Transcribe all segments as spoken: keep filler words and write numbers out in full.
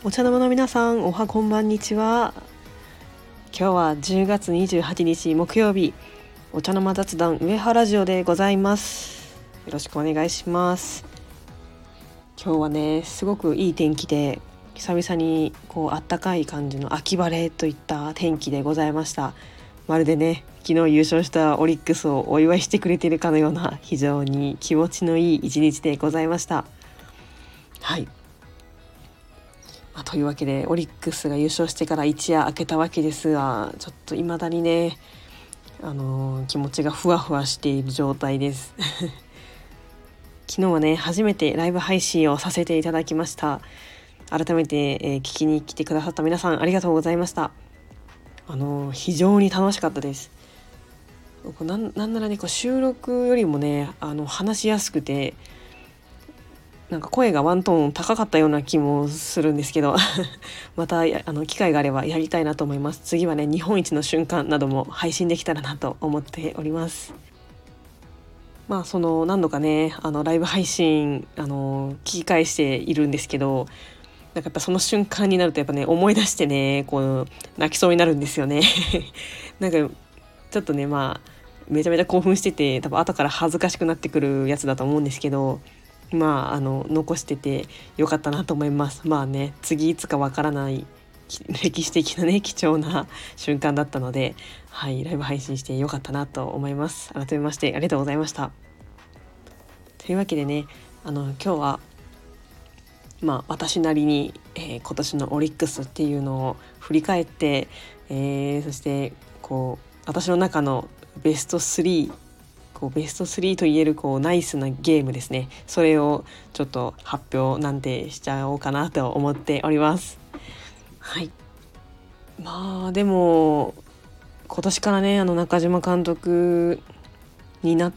お茶の間の皆さん、おはこんばんにちは。今日はじゅうがつにじゅうはちにち木曜日、お茶の間雑談上原ラジオでございます。よろしくお願いします。今日はね、すごくいい天気で、久々にこうあったかい感じの秋晴れといった天気でございました。まるでね、昨日優勝したオリックスをお祝いしてくれているかのような、非常に気持ちのいい一日でございました。はい、まあ、というわけでオリックスが優勝してから一夜明けたわけですが、ちょっと未だにね、あのー、気持ちがふわふわしている状態です昨日はね、初めてライブ配信をさせていただきました。改めて、えー、聞きに来てくださった皆さん、ありがとうございました。あのー、非常に楽しかったです。な ん, なんならね、こう収録よりもね、あの話しやすくて、なんか声がワントーン高かったような気もするんですけどまたあの機会があればやりたいなと思います。次はね、日本一の瞬間なども配信できたらなと思っております。まあその何度かね、あのライブ配信あの聞き返しているんですけど、なんかやっぱその瞬間になるとやっぱね、思い出してね、こう泣きそうになるんですよねなんかちょっとね、まあめちゃめちゃ興奮してて、多分後から恥ずかしくなってくるやつだと思うんですけど、まああの残しててよかったなと思います。まあね、次いつかわからない歴史的なね、貴重な瞬間だったので、はい、ライブ配信してよかったなと思います。改めましてありがとうございました。というわけでね、あの今日はまあ私なりに、えー、今年のオリックスっていうのを振り返って、えー、そしてこう私の中のベストスリー、こうベストスリーと言えるこうナイスなゲームですね、それをちょっと発表なんてしちゃおうかなと思っております。はい、まあでも今年からね、あの中島監督になって、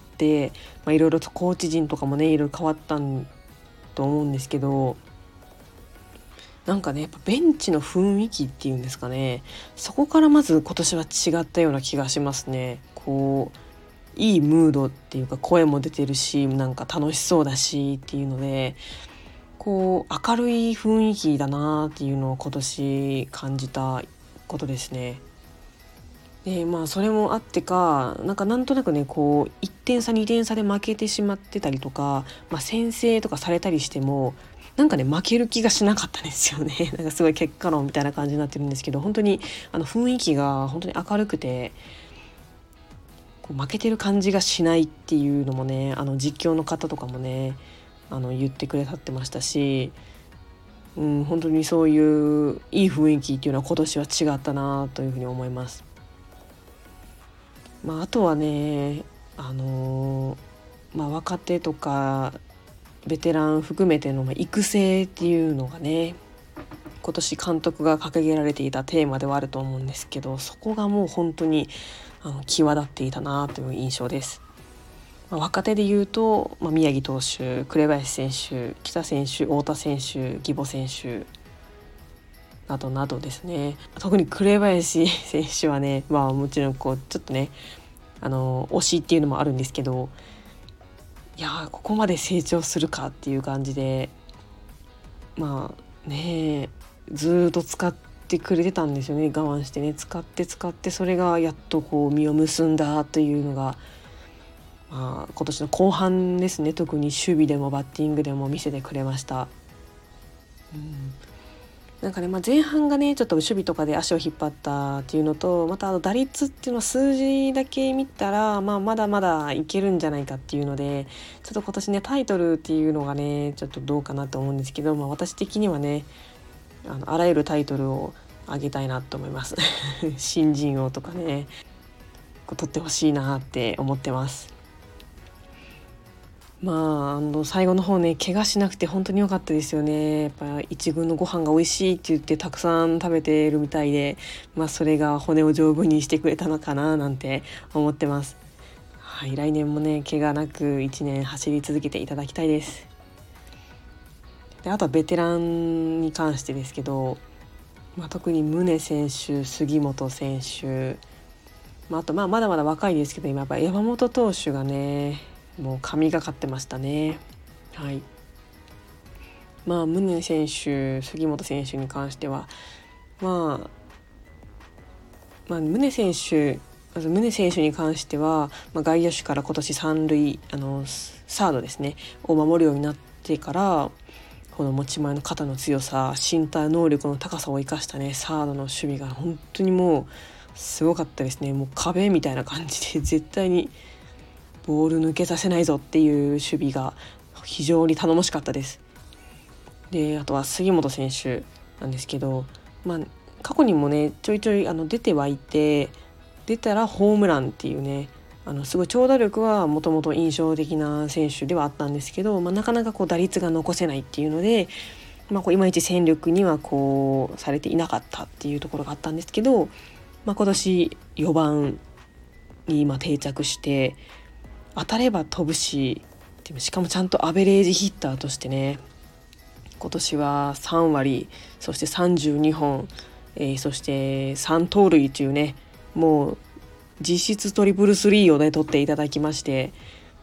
まあ、いろいろとコーチ陣とかもね、いろいろ変わったと思うんですけど、なんかね、やっぱベンチの雰囲気っていうんですかね、そこからまず今年は違ったような気がしますね。こういいムードっていうか、声も出てるし、なんか楽しそうだしっていうので、こう明るい雰囲気だなっていうのを今年感じたことですね。でまあそれもあってか、なんかなんとなくね、こういってん差にてん差で負けてしまってたりとか、まあ、先制とかされたりしても、なんかね負ける気がしなかったんですよねなんかすごい結果論みたいな感じになってるんですけど、本当にあの雰囲気が本当に明るくて、こう負けてる感じがしないっていうのもね、あの実況の方とかもね、あの言ってくれはってましたし、うん、本当にそういういい雰囲気っていうのは今年は違ったなというふうに思います。まあ、あとはね、あのーまあ、若手とかベテラン含めての育成っていうのがね、今年監督が掲げられていたテーマではあると思うんですけど、そこがもう本当にあの際立っていたなという印象です。まあ、若手で言うと、まあ、宮城投手、紅林選手、北選手、太田選手、義母選手などなどですね。特に紅林選手はね、まあもちろんこうちょっとね、あの推しっていうのもあるんですけど、いやここまで成長するかっていう感じで、まあね、ずっと使ってくれてたんですよね。我慢してね、使って使って、それがやっとこう実を結んだというのが、まあ、今年の後半ですね。特に守備でもバッティングでも見せてくれました。うん、なんかね、まあ、前半がねちょっと守備とかで足を引っ張ったっていうのと、またあの打率っていうのは数字だけ見たら、まあ、まだまだいけるんじゃないかっていうので、ちょっと今年ねタイトルっていうのがねちょっとどうかなと思うんですけど、まあ、私的にはね、あのあらゆるタイトルをあげたいなと思います新人王とかね、こう取ってほしいなって思ってます。まあ、あの最後の方ね、怪我しなくて本当に良かったですよね。やっぱ一軍のご飯が美味しいって言ってたくさん食べてるみたいで、まあそれが骨を丈夫にしてくれたのかななんて思ってます。はい、来年もね怪我なくいちねん走り続けていただきたいです。であとはベテランに関してですけど、まあ、特に宗選手、杉本選手、まあ、あとまあまだまだ若いですけど、今やっぱ山本投手がねもう神がかってましたね。はい、 まあ宗選手、杉本選手に関しては、まあ、まあ宗選手まず宗選手に関しては、まあ、外野手から今年三塁あのサードですねを守るようになってから、この持ち前の肩の強さ、身体能力の高さを生かしたねサードの守備が本当にもうすごかったですね。もう壁みたいな感じで絶対にボール抜けさせないぞっていう守備が非常に頼もしかったです。であとは杉本選手なんですけど、まあ過去にもねちょいちょいあの出てはいて、出たらホームランっていうね、あのすごい長打力はもともと印象的な選手ではあったんですけど、まあ、なかなかこう打率が残せないっていうので、まあ、こういまいち戦力にはこうされていなかったっていうところがあったんですけど、まあ、今年よばんに今定着して、当たれば飛ぶし、でもしかもちゃんとアベレージヒッターとしてね、今年はさんわり、そしてさんじゅうにほん、えー、そしてさん盗塁というね、もう実質トリプルスリーをね取っていただきまして、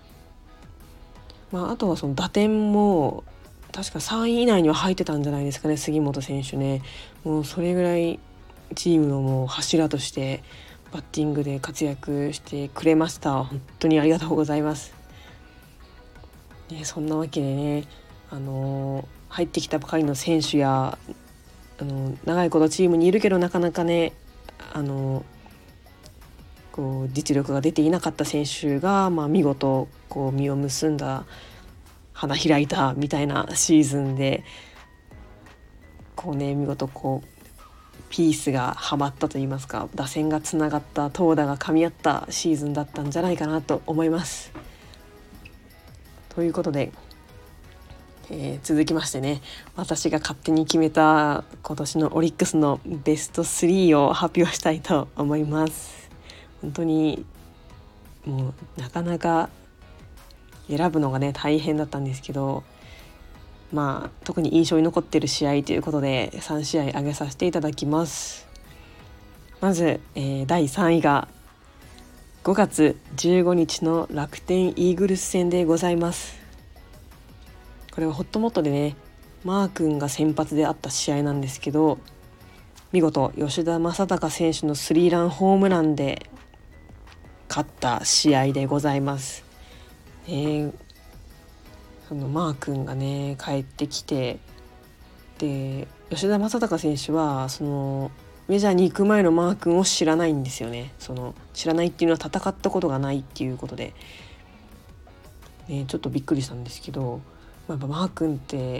まあ、あとはその打点も確かさんい以内には入ってたんじゃないですかね、杉本選手ね。もうそれぐらいチームのもう柱としてバッティングで活躍してくれました。本当にありがとうございます、ね、そんなわけでね、あのー、入ってきたばかりの選手や、あのー、長いことチームにいるけどなかなかね、あのーこう実力が出ていなかった選手が、まあ、見事こう実を結んだ、花開いたみたいなシーズンで、こうね見事こうピースがはまったといいますか、打線がつながった、投打が噛み合ったシーズンだったんじゃないかなと思います。ということで、えー、続きましてね、私が勝手に決めた今年のオリックスのベストスリーを発表したいと思います。本当にもうなかなか選ぶのがね大変だったんですけど、まあ特に印象に残っている試合ということでさんしあい挙げさせていただきます。まず、えー、だいさんいがごがつじゅうごにちの楽天イーグルス戦でございます。これはホットモットでねマー君が先発であった試合なんですけど、見事吉田正尚選手のスリーランホームランで勝った試合でございます。えー、そのマー君がね帰ってきて、で吉田正尚選手はそのメジャーに行く前のマー君を知らないんですよね。その知らないっていうのは戦ったことがないっていうことで、ね、ちょっとびっくりしたんですけど、まあ、やっぱマー君って、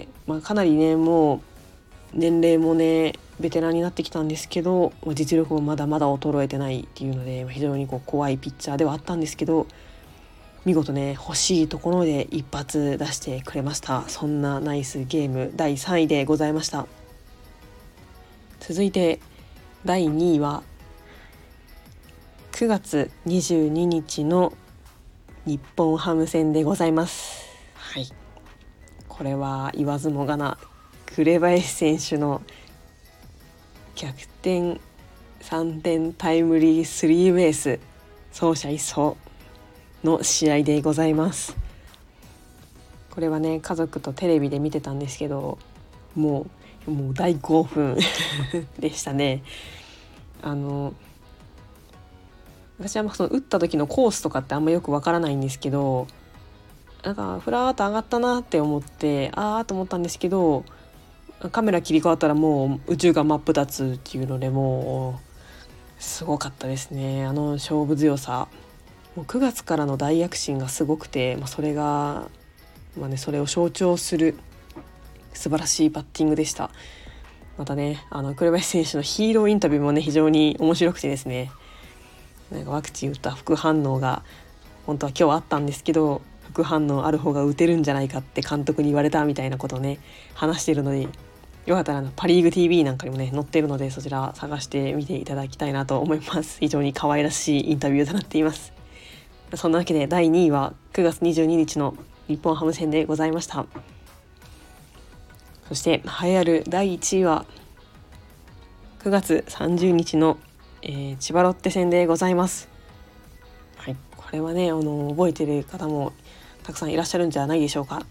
まあ、かなりねもう年齢もねベテランになってきたんですけど、実力もまだまだ衰えてないっていうので非常にこう怖いピッチャーではあったんですけど、見事ね欲しいところで一発出してくれました。そんなナイスゲームだいさんいでございました。続いてだいにいはくがつにじゅうににちの日本ハム戦でございます。はい、これは言わずもがな紅林選手の逆転さんてんタイムリースリーベース走者一掃の試合でございます。これはね家族とテレビで見てたんですけど、もうもう大興奮でしたね。あの私はその打った時のコースとかってあんまよくわからないんですけど、なんかふらーっと上がったなって思ってあーと思ったんですけど、カメラ切り替わったらもう宇宙が真っ二つっていうので、もうすごかったですね。あの勝負強さ、もうくがつからの大躍進がすごくて、まあ、それが、まあね、それを象徴する素晴らしいバッティングでした。またねあの紅林選手のヒーローインタビューもね非常に面白くてですね、なんかワクチン打った副反応が本当は今日あったんですけど、副反応ある方が打てるんじゃないかって監督に言われたみたいなことをね話しているので、よかったらパリーグ ティーブイ なんかにもね載っているので、そちら探してみていただきたいなと思います。非常に可愛らしいインタビューとなっています。そんなわけでだいにいはくがつにじゅうににちの日本ハム戦でございました。そして栄えあるだいいちいはくがつさんじゅうにちの、えー、千葉ロッテ戦でございます。はい、これはねあの覚えている方もたくさんいらっしゃるんじゃないでしょうか。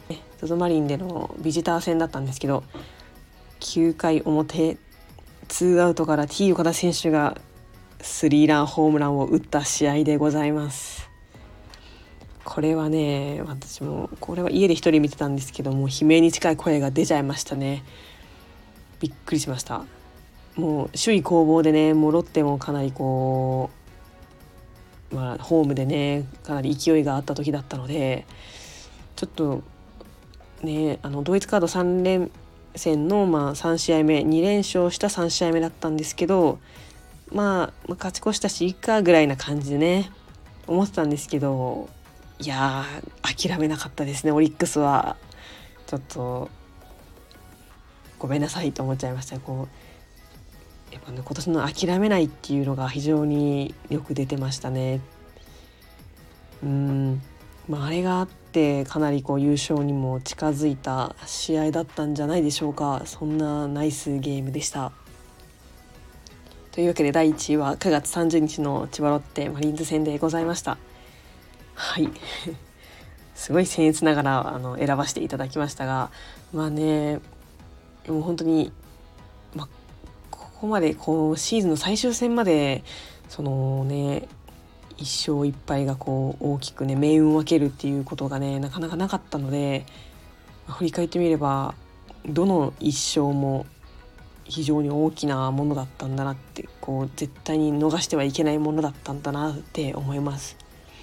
ゾゾマリンでのビジター戦だったんですけど、きゅうかい表ツーアウトから T 岡田選手がスリーランホームランを打った試合でございます。これはね、私もこれは家で一人見てたんですけども、悲鳴に近い声が出ちゃいましたね。びっくりしました。もう首位攻防でね、もうロッテもかなりこう、まあ、ホームでねかなり勢いがあった時だったので、ちょっとね、あの同一カードさん連戦のまあさん試合目、に連勝したさん試合目だったんですけど、まあ、まあ、勝ち越したしいいかぐらいな感じでね思ってたんですけど、いやー諦めなかったですね。オリックスはちょっとごめんなさいと思っちゃいました。こうやっぱね、今年の諦めないっていうのが非常によく出てましたね。うーん、まあ、あれがあってかなりこう優勝にも近づいた試合だったんじゃないでしょうか。そんなナイスゲームでした。というわけでだいいちいはくがつさんじゅうにちの千葉ロッテマリーンズ戦でございました。はいすごい僭越ながらあの選ばせていただきましたが、まあね、もう本当に、まあ、ここまでこうシーズンの最終戦までそのねいっ勝いっ敗がこう大きくね命運を分けるっていうことがねなかなかなかったので、まあ、振り返ってみればどのいっ勝も非常に大きなものだったんだなって、こう絶対に逃してはいけないものだったんだなって思います。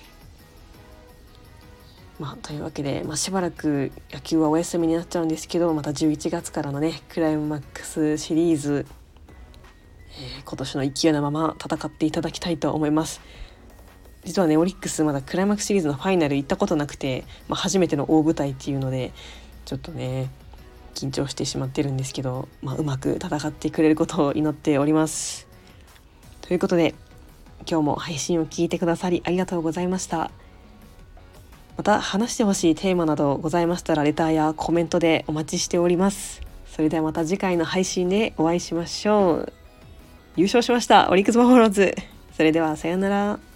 まあ、というわけで、まあ、しばらく野球はお休みになっちゃうんですけど、またじゅういちがつからのねクライマックスシリーズ、えー、今年の勢いのまま戦っていただきたいと思います。実はねオリックスまだクライマックスシリーズのファイナル行ったことなくて、まあ、初めての大舞台っていうのでちょっとね緊張してしまってるんですけど、まあ、うまく戦ってくれることを祈っております。ということで今日も配信を聞いてくださりありがとうございました。また話してほしいテーマなどございましたらレターやコメントでお待ちしております。それではまた次回の配信でお会いしましょう。優勝しましたオリックスバファローズ。それではさようなら。